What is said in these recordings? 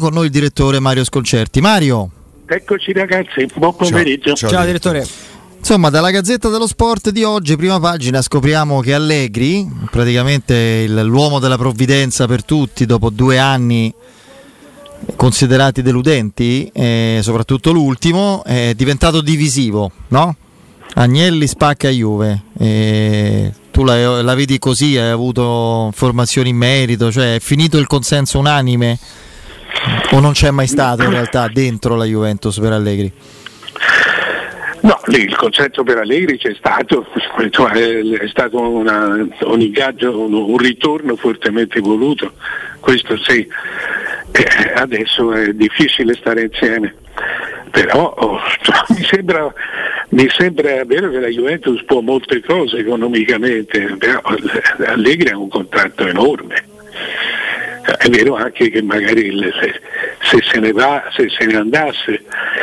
con noi il direttore Mario Sconcerti. Mario. Eccoci ragazzi, buon pomeriggio. Ciao direttore. Insomma, dalla Gazzetta dello Sport di oggi, prima pagina, scopriamo che Allegri, praticamente l'uomo della provvidenza per tutti, dopo 2 anni considerati deludenti, soprattutto l'ultimo, è diventato divisivo, no? Agnelli spacca Juve, tu la vedi così, hai avuto informazioni in merito, cioè è finito il consenso unanime o non c'è mai stato in realtà dentro la Juventus per Allegri? No, lì il consenso per Allegri c'è stato, è stato un ingaggio, un ritorno fortemente voluto, questo sì. Adesso è difficile stare insieme, però mi sembra vero che la Juventus può molte cose economicamente, però Allegri ha un contratto enorme. È vero anche che magari se se ne andasse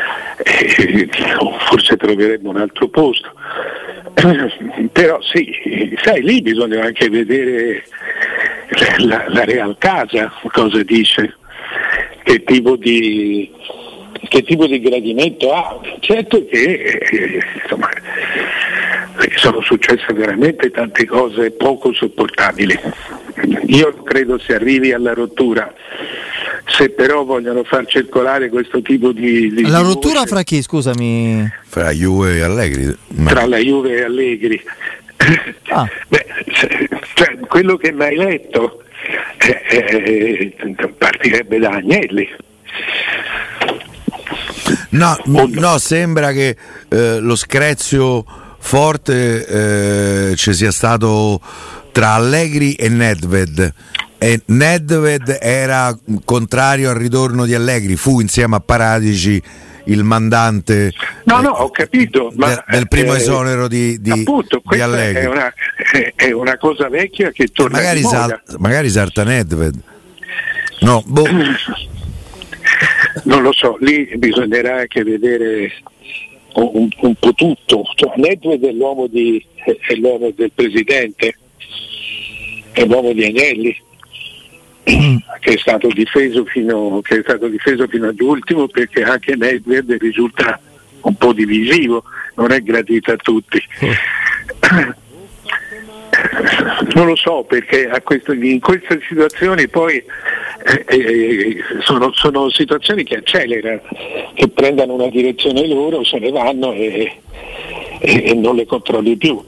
forse troverebbe un altro posto, però sì, sai, lì bisogna anche vedere la Real Casa cosa dice, che tipo di gradimento ha. Certo che insomma, sono successe veramente tante cose poco sopportabili. Io credo si arrivi alla rottura. Se però vogliono far circolare questo tipo di la rottura voce, fra chi, scusami? Fra Juve e Allegri. Tra la Juve e Allegri. Cioè, quello che mi hai letto partirebbe da Agnelli. No, sembra che lo screzio forte ci sia stato tra Allegri e Nedved. E Nedved era contrario al ritorno di Allegri, fu insieme a Paratici il mandante ho capito, del primo esonero di Allegri. È una cosa vecchia che torna magari salta Nedved. Non lo so, lì bisognerà anche vedere un po' tutto. Cioè, Nedved è l'uomo del presidente, è l'uomo di Agnelli, che è stato difeso fino all'ultimo, perché anche Nedved risulta un po' divisivo, non è gradito a tutti. Non lo so, perché in queste situazioni poi sono situazioni che accelerano, che prendono una direzione loro, se ne vanno e non le controlli più.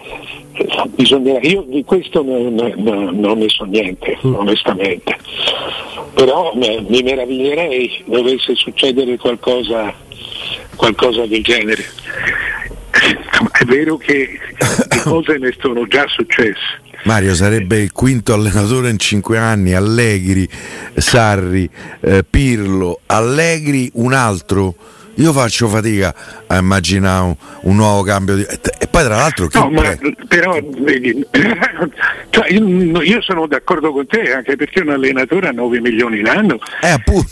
Io di questo non ne so niente, onestamente, però mi meraviglierei dovesse succedere qualcosa del genere. È vero che le cose ne sono già successe. Mario sarebbe il quinto allenatore in 5 anni, Allegri, Sarri, Pirlo, Allegri, un altro. Io faccio fatica a immaginare un nuovo cambio e poi tra l'altro però vedi, cioè, io sono d'accordo con te, anche perché un allenatore ha 9 milioni l'anno, appunto.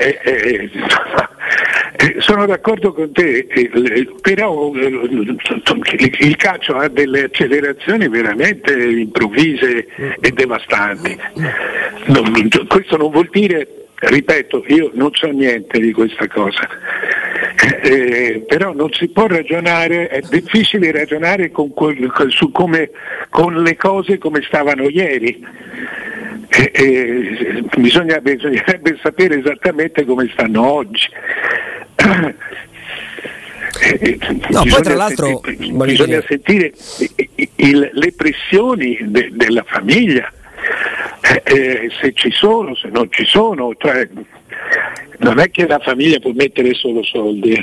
Sono d'accordo con te, però il calcio ha delle accelerazioni veramente improvvise e devastanti. Questo non vuol dire, ripeto, io non so niente di questa cosa, però non si può ragionare, è difficile ragionare con le cose come stavano ieri. Bisognerebbe sapere esattamente come stanno oggi. Poi tra l'altro bisogna sentire le pressioni della famiglia, se ci sono, se non ci sono, cioè, non è che la famiglia può mettere solo soldi,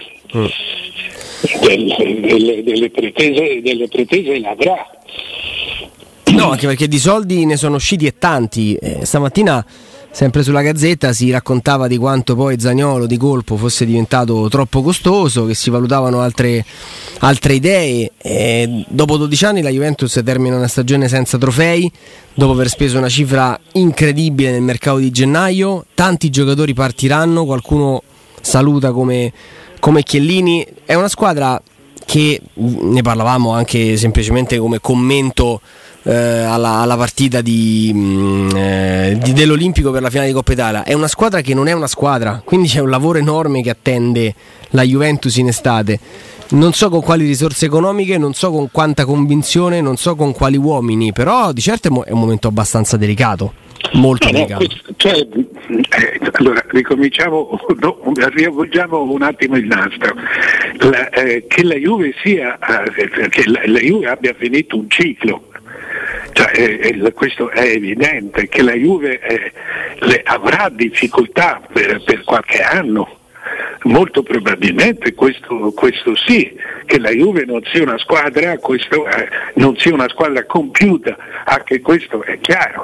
delle pretese l'avrà. No, anche perché di soldi ne sono usciti e tanti. Stamattina, sempre sulla Gazzetta, si raccontava di quanto poi Zaniolo di colpo fosse diventato troppo costoso, che si valutavano altre idee. Dopo 12 anni la Juventus termina una stagione senza trofei, dopo aver speso una cifra incredibile nel mercato di gennaio. Tanti giocatori partiranno, qualcuno saluta come Chiellini. È una squadra che, ne parlavamo anche semplicemente come commento alla partita dell'Olimpico per la finale di Coppa Italia. È una squadra che non è una squadra, quindi c'è un lavoro enorme che attende la Juventus in estate. Non so con quali risorse economiche, non so con quanta convinzione, non so con quali uomini, però di certo è un momento abbastanza delicato, molto delicato. Allora ricominciamo, riavvolgiamo un attimo il nastro. Che la Juve che la Juve abbia finito un ciclo. Questo è evidente, che la Juve avrà difficoltà per qualche anno, molto probabilmente questo sì, che la Juve non sia una squadra, non sia una squadra compiuta, anche questo è chiaro.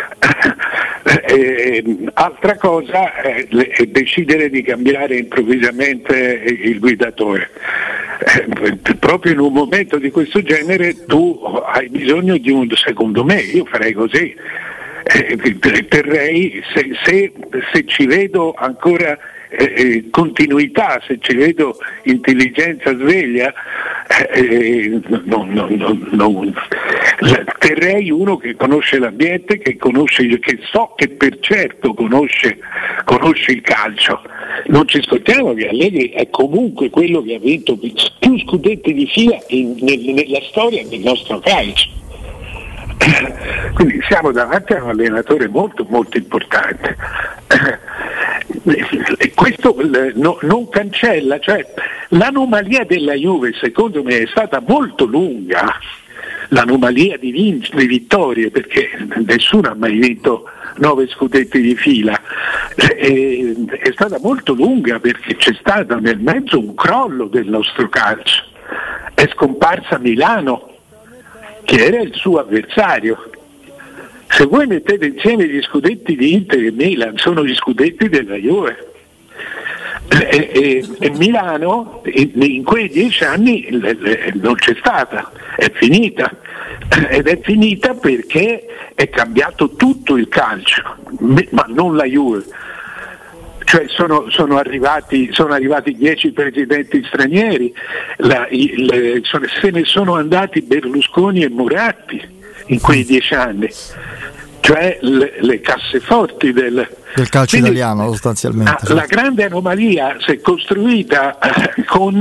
Altra cosa è decidere di cambiare improvvisamente il guidatore. Proprio in un momento di questo genere tu hai bisogno di secondo me, io farei così, terrei, se ci vedo ancora continuità, se ci vedo intelligenza sveglia, terrei uno che conosce l'ambiente, che so che per certo conosce il calcio. Non ci scordiamo che Allegri è comunque quello che ha vinto più scudetti di fila nella storia del nostro calcio. Quindi siamo davanti a un allenatore molto molto importante. E questo non cancella, cioè l'anomalia della Juve secondo me è stata molto lunga, l'anomalia di vittorie, perché nessuno ha mai vinto 9 scudetti di fila, è stata molto lunga perché c'è stato nel mezzo un crollo del nostro calcio, è scomparsa Milano che era il suo avversario. Se voi mettete insieme gli scudetti di Inter e Milan, sono gli scudetti della Juve. E Milano in quei 10 anni non c'è stata, è finita. Ed è finita perché è cambiato tutto il calcio, ma non la Juve. Cioè sono arrivati 10 presidenti stranieri, se ne sono andati Berlusconi e Moratti in quei 10 anni, cioè le casseforti del calcio italiano sostanzialmente. La grande anomalia si è costruita con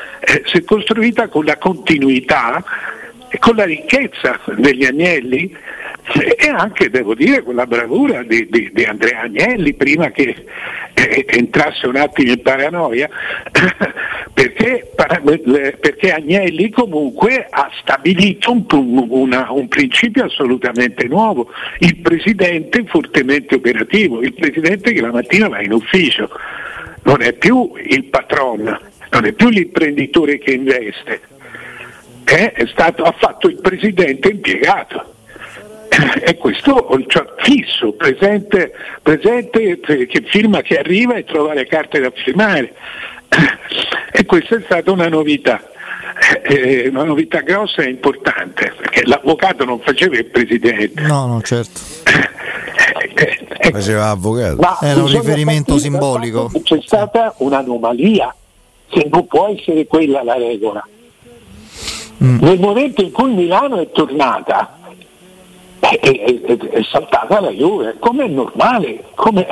la continuità e con la ricchezza degli Agnelli e anche, devo dire, con la bravura di Andrea Agnelli prima che entrasse un attimo in paranoia, perché Agnelli comunque ha stabilito un principio assolutamente nuovo: il presidente fortemente operativo, il presidente che la mattina va in ufficio, non è più il patron, non è più l'imprenditore che investe, ha fatto il presidente impiegato. E questo fisso, presente che firma, che arriva e trova le carte da firmare, e questa è stata una novità grossa e importante, perché l'avvocato non faceva il presidente. No, certo. Faceva avvocato. Ma era un riferimento simbolico. C'è stata un'anomalia, che non può essere quella la regola. Nel momento in cui Milano è tornata, è saltata la Juve, come è normale, poi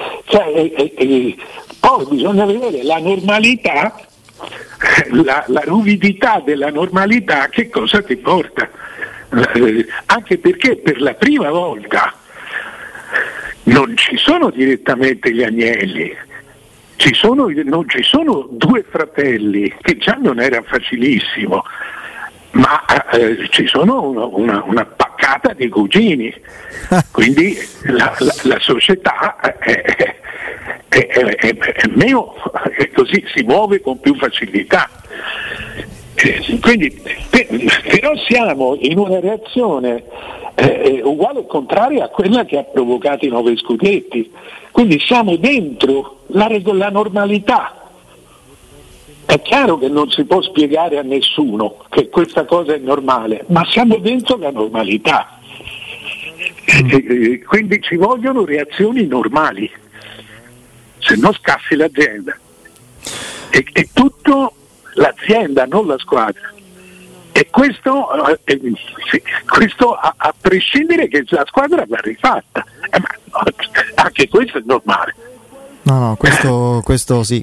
bisogna vedere la normalità, la ruvidità della normalità, che cosa ti porta, anche perché per la prima volta non ci sono direttamente gli Agnelli, non ci sono due fratelli, che già non era facilissimo, ma ci sono una paccata di cugini, quindi la società è meno, così si muove con più facilità. Quindi però siamo in una reazione uguale o contraria a quella che ha provocato i 9 scudetti, quindi siamo dentro la normalità. È chiaro che non si può spiegare a nessuno che questa cosa è normale, ma siamo dentro la normalità. Quindi ci vogliono reazioni normali, se no scassi l'azienda. E tutto l'azienda, non la squadra. E questo a prescindere che la squadra va rifatta, ma anche questo è normale. No, questo sì.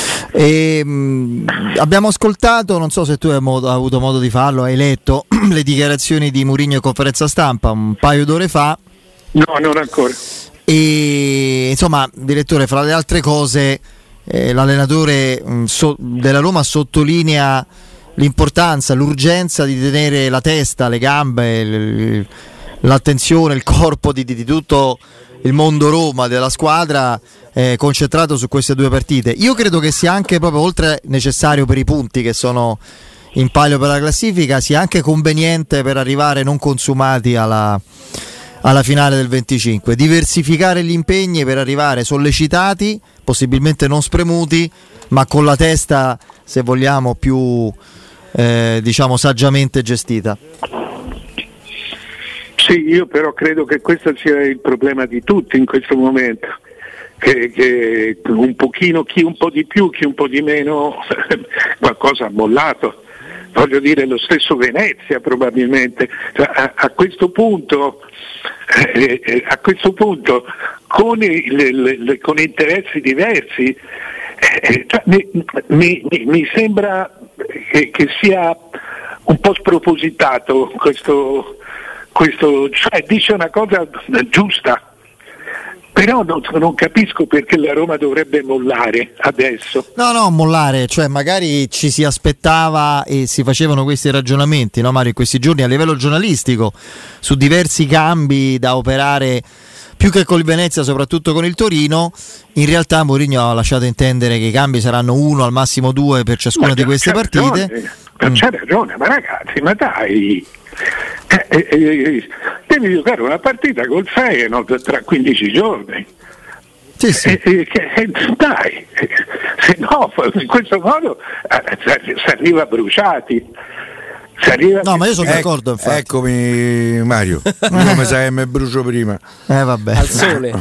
Abbiamo ascoltato, non so se tu hai avuto modo di farlo, hai letto le dichiarazioni di Mourinho in conferenza stampa un paio d'ore fa. No, non ancora. E insomma, direttore, fra le altre cose, l'allenatore della Roma sottolinea l'importanza, l'urgenza di tenere la testa, le gambe, l'attenzione, il corpo di tutto il mondo Roma, della squadra, concentrato su queste due partite. Io credo che sia anche proprio, oltre necessario per i punti che sono in palio per la classifica, sia anche conveniente per arrivare non consumati alla finale del 25, diversificare gli impegni per arrivare sollecitati, possibilmente non spremuti, ma con la testa, se vogliamo, più saggiamente gestita. Sì, io però credo che questo sia il problema di tutti in questo momento, che un pochino, chi un po' di più, chi un po' di meno, qualcosa ha mollato. Voglio dire, lo stesso Venezia probabilmente a questo punto con interessi diversi, mi sembra che sia un po' spropositato questo, cioè dice una cosa giusta, però non capisco perché la Roma dovrebbe mollare adesso. No, mollare, cioè magari ci si aspettava e si facevano questi ragionamenti, no Mario, in questi giorni a livello giornalistico su diversi cambi da operare, più che con il Venezia, soprattutto con il Torino. In realtà Mourinho ha lasciato intendere che i cambi saranno 1 al massimo 2 per ciascuna di queste partite. C'è ragione, ma ragazzi, ma dai, devi giocare una partita col Feyenoord tra 15 giorni. Sì. Dai, se no in questo modo si arriva bruciati. No, ma io sono d'accordo, infatti. Eccomi Mario, come sai mi brucio prima. Vabbè. Al sole.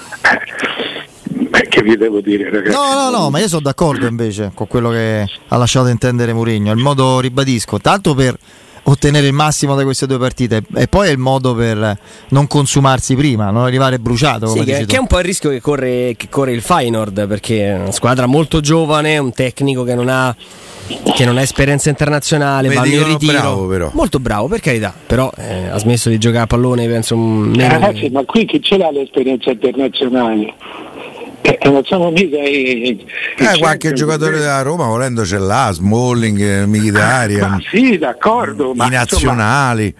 Che vi devo dire, ragazzi? No, ma io sono d'accordo invece con quello che ha lasciato intendere Mourinho. Il modo, ribadisco, tanto per ottenere il massimo da queste due partite e poi è il modo per non consumarsi prima, non arrivare bruciato, come dici tu. Che è un po' il rischio che corre il Feyenoord, perché è una squadra molto giovane, un tecnico che non ha esperienza internazionale, va in ritiro, bravo, però. Molto bravo, per carità, però ha smesso di giocare a pallone, penso ragazzi, ma qui chi ce l'ha l'esperienza internazionale? Non sono mica qualche giocatore della Roma volendo ce l'ha, Smalling, Mkhitaryan. Sì, d'accordo, i nazionali,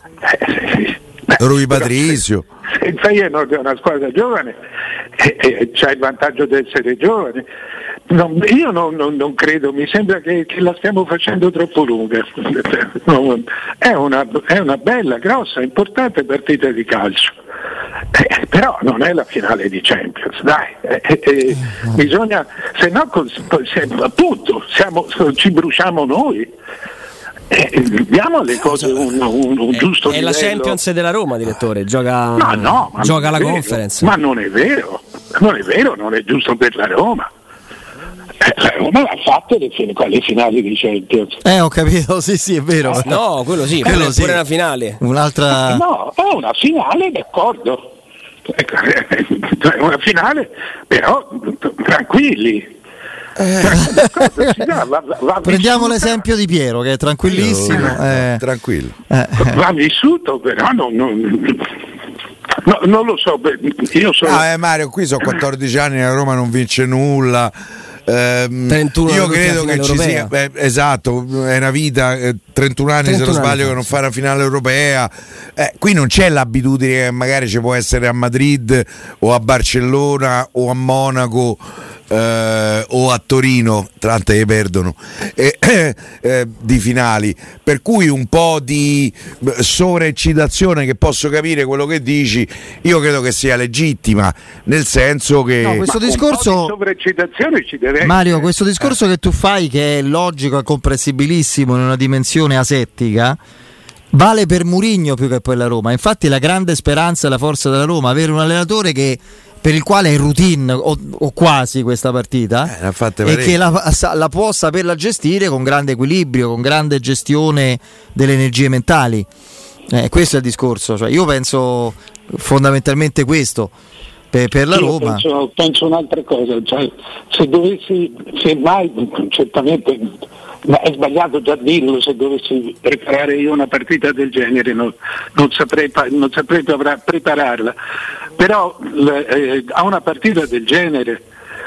Rui Patricio. Se il Feyenoord è una squadra giovane e c'ha il vantaggio di essere giovane. Io non credo, mi sembra che la stiamo facendo troppo lunga. È una bella, grossa, importante partita di calcio. Però non è la finale di Champions, dai, bisogna, se no appunto ci bruciamo noi. Diamo alle cose un giusto livello. È la Champions della Roma, direttore, gioca la Conference. Ma non è vero, non è giusto per la Roma. La Roma l'ha fatto le finali di Champions. Ho capito, sì, è vero. No, quello sì, quello è sì. pure una finale. Un'altra. No, è una finale, d'accordo. È una finale, però tranquilli. Prendiamo l'esempio di Piero, che è tranquillissimo. Tranquillo. Va vissuto, però non lo so. Io sono... Mario, qui sono 14 anni, la Roma non vince nulla. 31 io credo che ci sia, esatto, è una vita, 31 anni se non sbaglio che non fa una finale europea. Qui non c'è l'abitudine che magari ci può essere a Madrid o a Barcellona o a Monaco o a Torino, tante che perdono di finali, per cui un po' di sovraeccitazione, che posso capire quello che dici, io credo che sia legittima, nel senso che questo discorso, un po' di sovraeccitazione ci deve Mario, essere. questo discorso che tu fai, che è logico e comprensibilissimo in una dimensione asettica, vale per Mourinho più che per la Roma. Infatti la grande speranza e la forza della Roma è avere un allenatore che per il quale è routine o quasi questa partita, e che la può saperla gestire con grande equilibrio, con grande gestione delle energie mentali. Questo è il discorso, cioè, io penso fondamentalmente questo per la Roma. Penso un'altra cosa, cioè, se mai certamente è sbagliato già dirlo, se dovessi preparare io una partita del genere non saprei prepararla, però a una partita del genere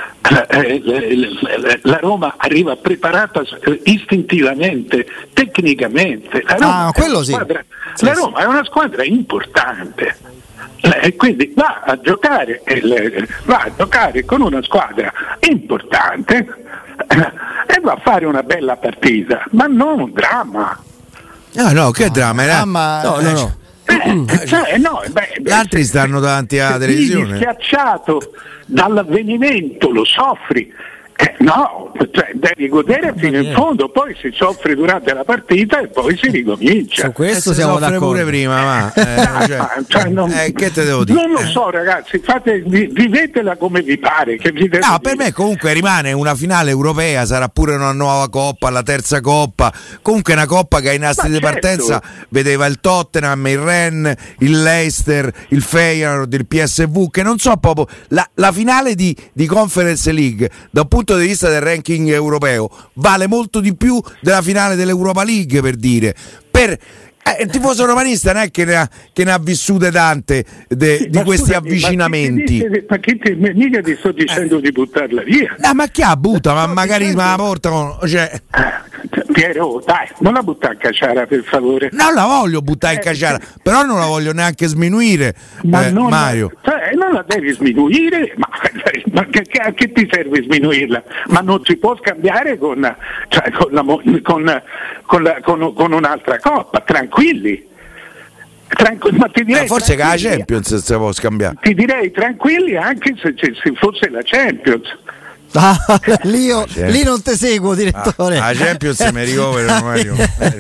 la Roma arriva preparata istintivamente, tecnicamente. La Roma è una squadra importante, e quindi va a giocare con una squadra importante e va a fare una bella partita, ma non un dramma. No, che dramma? No. Gli altri stanno davanti alla televisione. Schiacciato dall'avvenimento, lo soffri. Devi godere fino in fondo, poi si soffre durante la partita e poi si ricomincia. Su questo siamo d'accordo. Pure prima, che te devo dire? Non lo so, ragazzi, vivetela come vi pare. Per me comunque rimane una finale europea, sarà pure una nuova coppa, la terza coppa, comunque una coppa che ai nastri di partenza vedeva il Tottenham, il Rennes, il Leicester, il Feyenoord, il PSV, che non so proprio la finale di Conference League da un punto di vista del ranking europeo vale molto di più della finale dell'Europa League, per dire. Il tifoso romanista non è che ne ha vissute tante di questi avvicinamenti. Mica ti sto dicendo di buttarla via. No, ma chi la butta? Ma magari me la portano. Piero, dai, non la buttare a caciara, per favore. Non la voglio buttare in caciara, però non la voglio neanche sminuire, Mario. Non la devi sminuire, ma a che ti serve sminuirla? Ma non si può scambiare con un'altra coppa, tranquilli. Ma ti direi forse che la Champions si può scambiare. Ti direi tranquilli anche se fosse la Champions. Lì non te seguo, direttore. La Champions mi ricovero, Mario.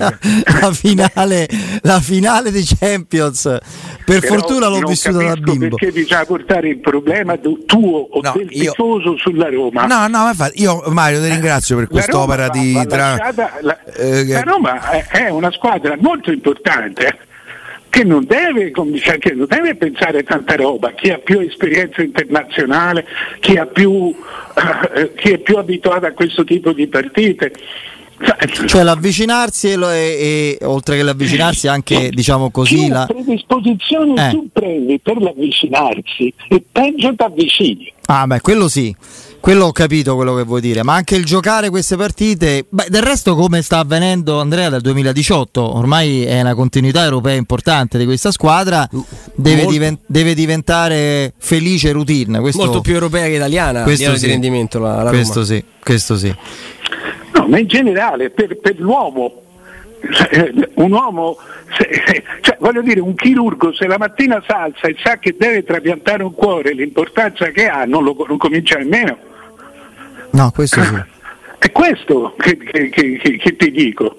La finale di Champions, per fortuna l'ho vissuta da bimbo. Perché bisogna portare il problema tuo o del tifoso sulla Roma? No, infatti io, Mario, ti ringrazio per quest'opera la Roma è una squadra molto importante, che non deve pensare tanta roba. Chi ha più esperienza internazionale, chi è più abituato a questo tipo di partite, cioè l'avvicinarsi e oltre che l'avvicinarsi anche, diciamo così, la predisposizione tu prendi per l'avvicinarsi e peggio ti avvicini. Quello sì, quello ho capito quello che vuoi dire, ma anche il giocare queste partite, del resto, come sta avvenendo, Andrea, dal 2018 ormai è una continuità europea importante di questa squadra, deve diventare felice routine, molto più europea che italiana, questo di rendimento la questo Roma. Questo sì. No, ma in generale per l'uomo, un uomo, voglio dire, un chirurgo, se la mattina si alza e sa che deve trapiantare un cuore, l'importanza che ha non comincia nemmeno. No, questo sì. È questo che ti dico.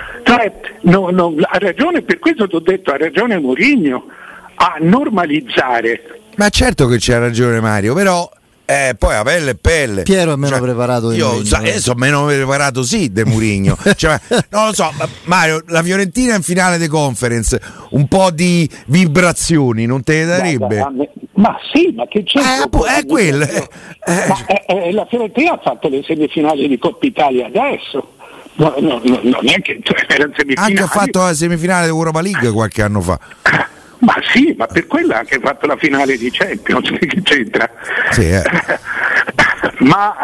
Ha ragione, per questo ti ho detto, ha ragione Mourinho a normalizzare. Ma certo che c'ha ragione Mario, però poi a pelle e pelle. Piero è meno preparato di io sono meno preparato De Mourinho. Non lo so, Mario, la Fiorentina in finale di Conference, un po' di vibrazioni non te ne darebbe? Ma sì, ma che c'è? È quello. La Fiorentina ha fatto le semifinali di Coppa Italia adesso. Non è che era semifinali. Anche ha fatto la semifinale dell'Europa League qualche anno fa. Ma sì, ma per quella ha anche fatto la finale di Champions, che c'entra? Sì, ma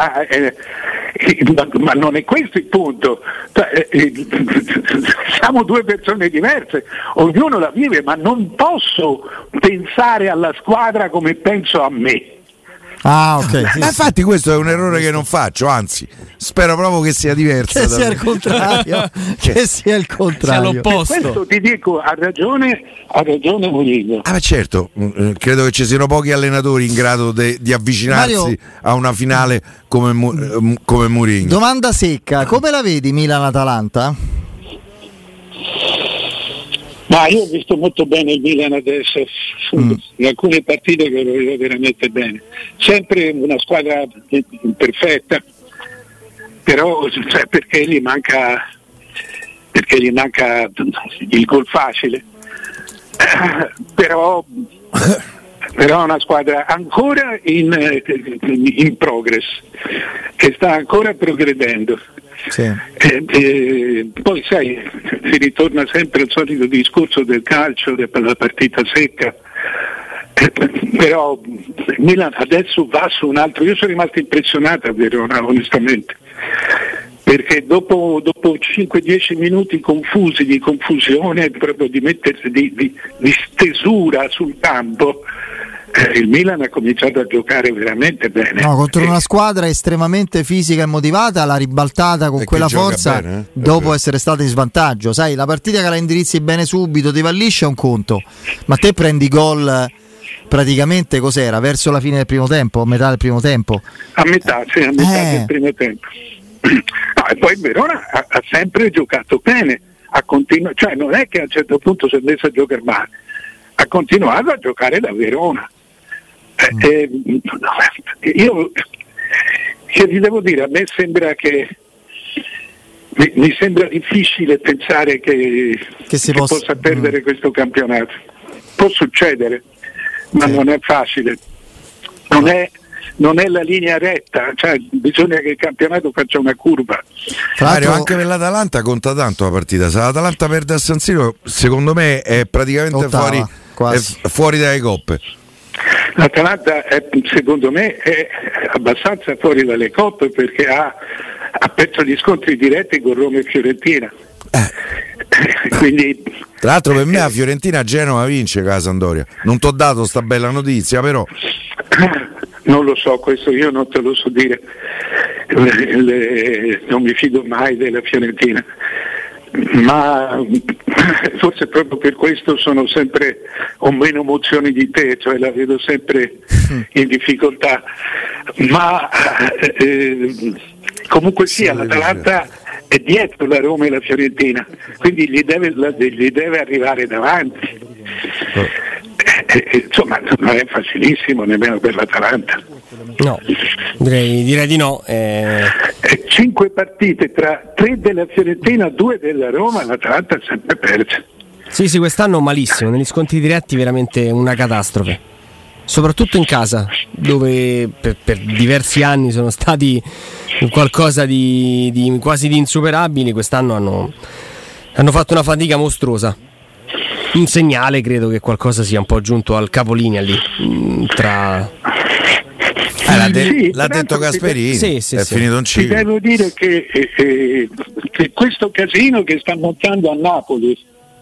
non è questo il punto. Siamo due persone diverse, ognuno la vive, ma non posso pensare alla squadra come penso a me. Ok. Ma infatti questo è un errore che non faccio, anzi spero proprio che sia diverso. Che sia il contrario. Che sia il contrario. Sia l'opposto. Questo ti dico, ha ragione Mourinho. Ma certo, credo che ci siano pochi allenatori in grado di avvicinarsi, Mario, a una finale come Mourinho. Domanda secca, come la vedi Milan-Atalanta? Ma io ho visto molto bene il Milan adesso, in alcune partite che lo vedo veramente bene. Sempre una squadra imperfetta, però perché gli manca il gol facile. Però è una squadra ancora in progress, che sta ancora progredendo. Sì. Poi sai, si ritorna sempre al solito discorso del calcio, della partita secca, però Milan adesso va su un altro. Io sono rimasto impressionato a Verona, onestamente, perché dopo 5-10 minuti confusi, di confusione, proprio di mettersi di stesura sul campo, il Milan ha cominciato a giocare veramente bene. No, contro una squadra estremamente fisica e motivata, l'ha ribaltata con quella forza bene, dopo essere stata in svantaggio. Sai, la partita che la indirizzi bene subito, ti va liscia, è un conto, ma te prendi gol praticamente, cos'era? Verso la fine del primo tempo, a metà del primo tempo? A metà del primo tempo. No, e poi Verona ha sempre giocato bene, cioè non è che a un certo punto si è messo a giocare male, ha continuato a giocare da Verona. Io che vi devo dire, a me sembra che mi sembra difficile pensare che si possa perdere questo campionato. Può succedere, ma non è facile, non è la linea retta, cioè bisogna che il campionato faccia una curva. Mario, anche per l'Atalanta conta tanto la partita. Se l'Atalanta perde a San Siro, secondo me è praticamente fuori dalle coppe. L'Atalanta secondo me è abbastanza fuori dalle coppe, perché ha perso gli scontri diretti con Roma e Fiorentina. Quindi, tra l'altro per me la Fiorentina a Genova vince con la Sampdoria. Non t'ho dato sta bella notizia, però non lo so, questo io non te lo so dire. Non mi fido mai della Fiorentina, ma forse proprio per questo sono sempre, ho meno emozioni di te, cioè la vedo sempre in difficoltà, ma comunque sia, l'Atalanta è dietro la Roma e la Fiorentina, quindi gli deve arrivare davanti. Insomma, non è facilissimo nemmeno per l'Atalanta. No, direi di no. 5 partite, tra 3 della Fiorentina, 2 della Roma, l'Atalanta ha sempre perso. Sì, quest'anno malissimo, negli scontri diretti veramente una catastrofe, soprattutto in casa, dove per diversi anni sono stati qualcosa di quasi di insuperabili. Quest'anno hanno fatto una fatica mostruosa. Un segnale, credo che qualcosa sia un po' giunto al capolinea lì tra... l'ha detto Gasperini, è finito un ciclo. Ti devo dire che questo casino che sta montando a Napoli,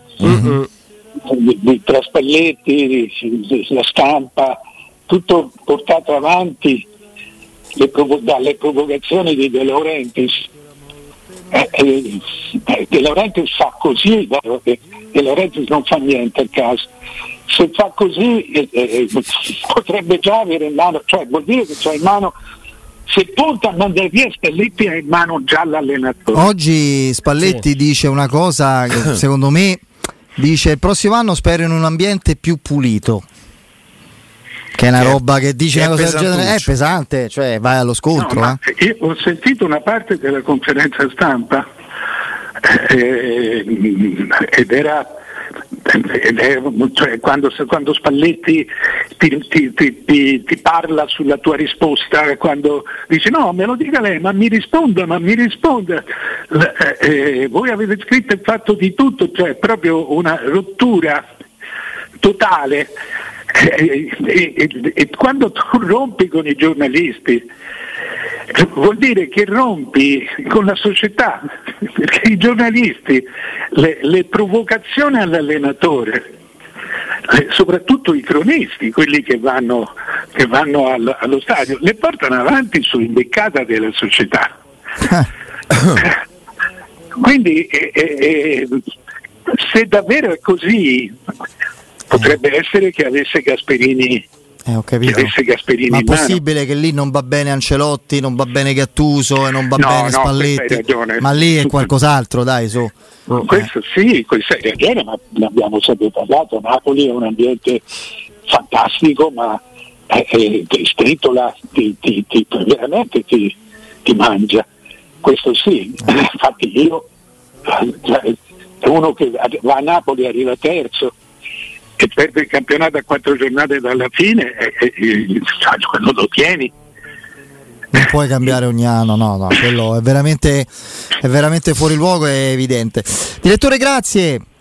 tra Spalletti, la stampa, tutto portato avanti dalle provocazioni di De Laurentiis. De Laurentiis fa così, De Laurentiis non fa niente a caso. Se fa così potrebbe già avere in mano, cioè vuol dire che c'ha in mano, se punta a mandare via Spalletti, ha in mano già l'allenatore. Oggi Spalletti dice una cosa che secondo me dice: il prossimo anno spero in un ambiente più pulito, che è una roba che dice una cosa del genere, è pesante, cioè vai allo scontro. No, io ho sentito una parte della conferenza stampa ed era cioè quando Spalletti ti parla sulla tua risposta, quando dice no, me lo dica lei, ma mi risponda, voi avete scritto e fatto di tutto, cioè proprio una rottura totale. E quando tu rompi con i giornalisti vuol dire che rompi con la società, perché i giornalisti le provocazioni all'allenatore, soprattutto i cronisti, quelli che vanno allo stadio, le portano avanti su imbeccata della società. Quindi se davvero è così, potrebbe essere che avesse Gasperini Ho capito. Che avesse Gasperini ma è in mano. possibile che lì non va bene Ancelotti, non va bene Gattuso e non va bene Spalletti? Hai ragione. Ma lì è qualcos'altro, dai, su. Questo sì, questo hai ragione, ma ne abbiamo sempre parlato. Napoli è un ambiente fantastico, ma stretto là veramente ti mangia. Questo sì, infatti io è uno che va a Napoli, arriva terzo e perde il campionato a 4 giornate dalla fine quando lo tieni non puoi cambiare ogni anno, no, quello è veramente fuori luogo, è evidente. Direttore, grazie.